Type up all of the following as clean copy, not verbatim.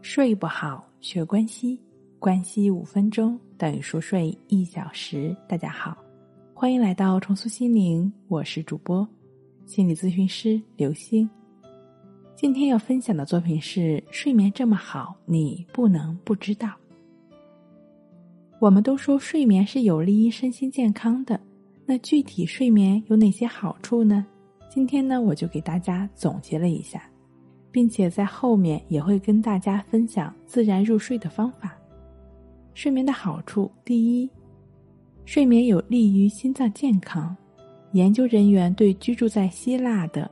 睡不好学关系，关系5分钟等于熟睡1小时。大家好，欢迎来到重塑心灵，我是主播心理咨询师刘星。今天要分享的作品是睡眠这么好，你不能不知道。我们都说睡眠是有利于身心健康的，那具体睡眠有哪些好处呢？今天呢，我就给大家总结了一下，并且在后面也会跟大家分享自然入睡的方法。睡眠的好处，第一，睡眠有利于心脏健康。研究人员对居住在希腊的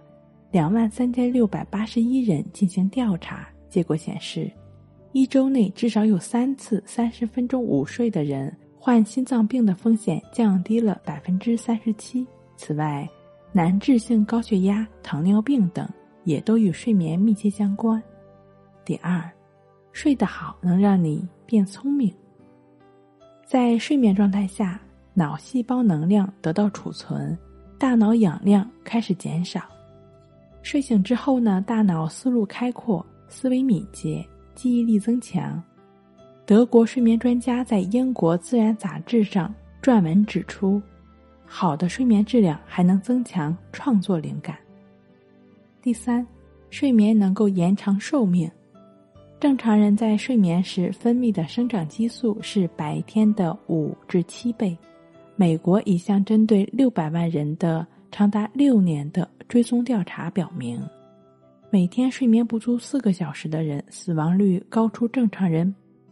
23681人进行调查，结果显示1周内至少有3次30分钟午睡的人患心脏病的风险降低了 37%。 此外，难治性高血压、糖尿病等也都与睡眠密切相关。第二，睡得好能让你变聪明。在睡眠状态下，脑细胞能量得到储存，大脑氧量开始减少。睡醒之后呢，大脑思路开阔，思维敏捷，记忆力增强。德国睡眠专家在英国自然杂志上撰文指出，好的睡眠质量还能增强创作灵感。第三，睡眠能够延长寿命。正常人在睡眠时分泌的生长激素是白天的5至7倍。美国一项针对600万人的长达6年的追踪调查表明，每天睡眠不足4个小时的人死亡率高出正常人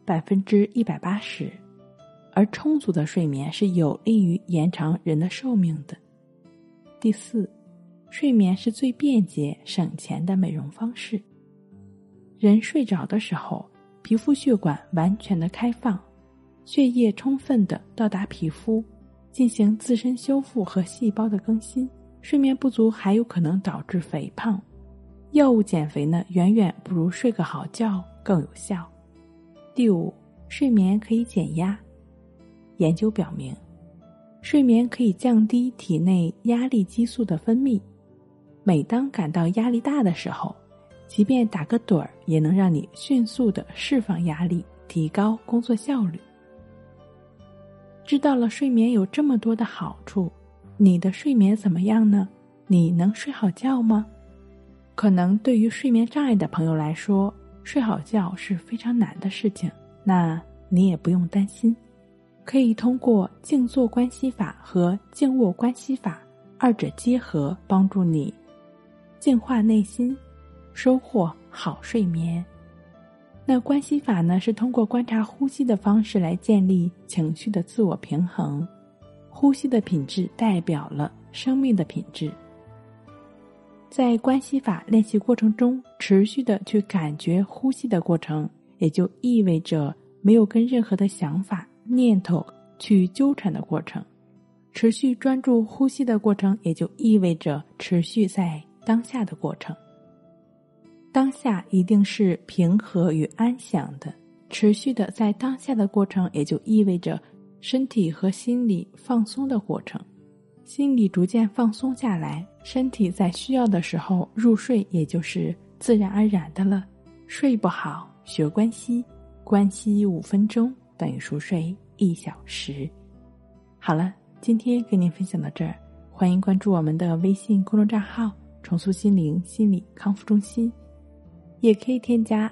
180%， 而充足的睡眠是有利于延长人的寿命的。第四，睡眠是最便捷省钱的美容方式。人睡着的时候，皮肤血管完全的开放，血液充分的到达皮肤，进行自身修复和细胞的更新。睡眠不足还有可能导致肥胖，药物减肥呢，远远不如睡个好觉更有效。第五，睡眠可以减压。研究表明，睡眠可以降低体内压力激素的分泌。每当感到压力大的时候，即便打个盹儿也能让你迅速地释放压力，提高工作效率。知道了睡眠有这么多的好处，你的睡眠怎么样呢？你能睡好觉吗？可能对于睡眠障碍的朋友来说，睡好觉是非常难的事情，那你也不用担心，可以通过静坐观息法和静卧观息法二者结合，帮助你净化内心，收获好睡眠。那观息法呢，是通过观察呼吸的方式来建立情绪的自我平衡。呼吸的品质代表了生命的品质。在观息法练习过程中，持续的去感觉呼吸的过程，也就意味着没有跟任何的想法、念头去纠缠的过程。持续专注呼吸的过程，也就意味着持续在当下的过程。当下一定是平和与安详的，持续的在当下的过程，也就意味着身体和心理放松的过程。心理逐渐放松下来，身体在需要的时候入睡，也就是自然而然的了。睡不好学关系，关系5分钟等于熟睡1小时。好了，今天跟您分享到这儿，欢迎关注我们的微信公众账号重塑心灵心理康复中心，也可以添加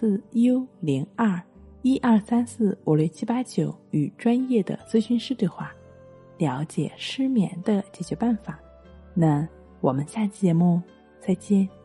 SU0212345679与专业的咨询师对话，了解失眠的解决办法。那我们下期节目再见。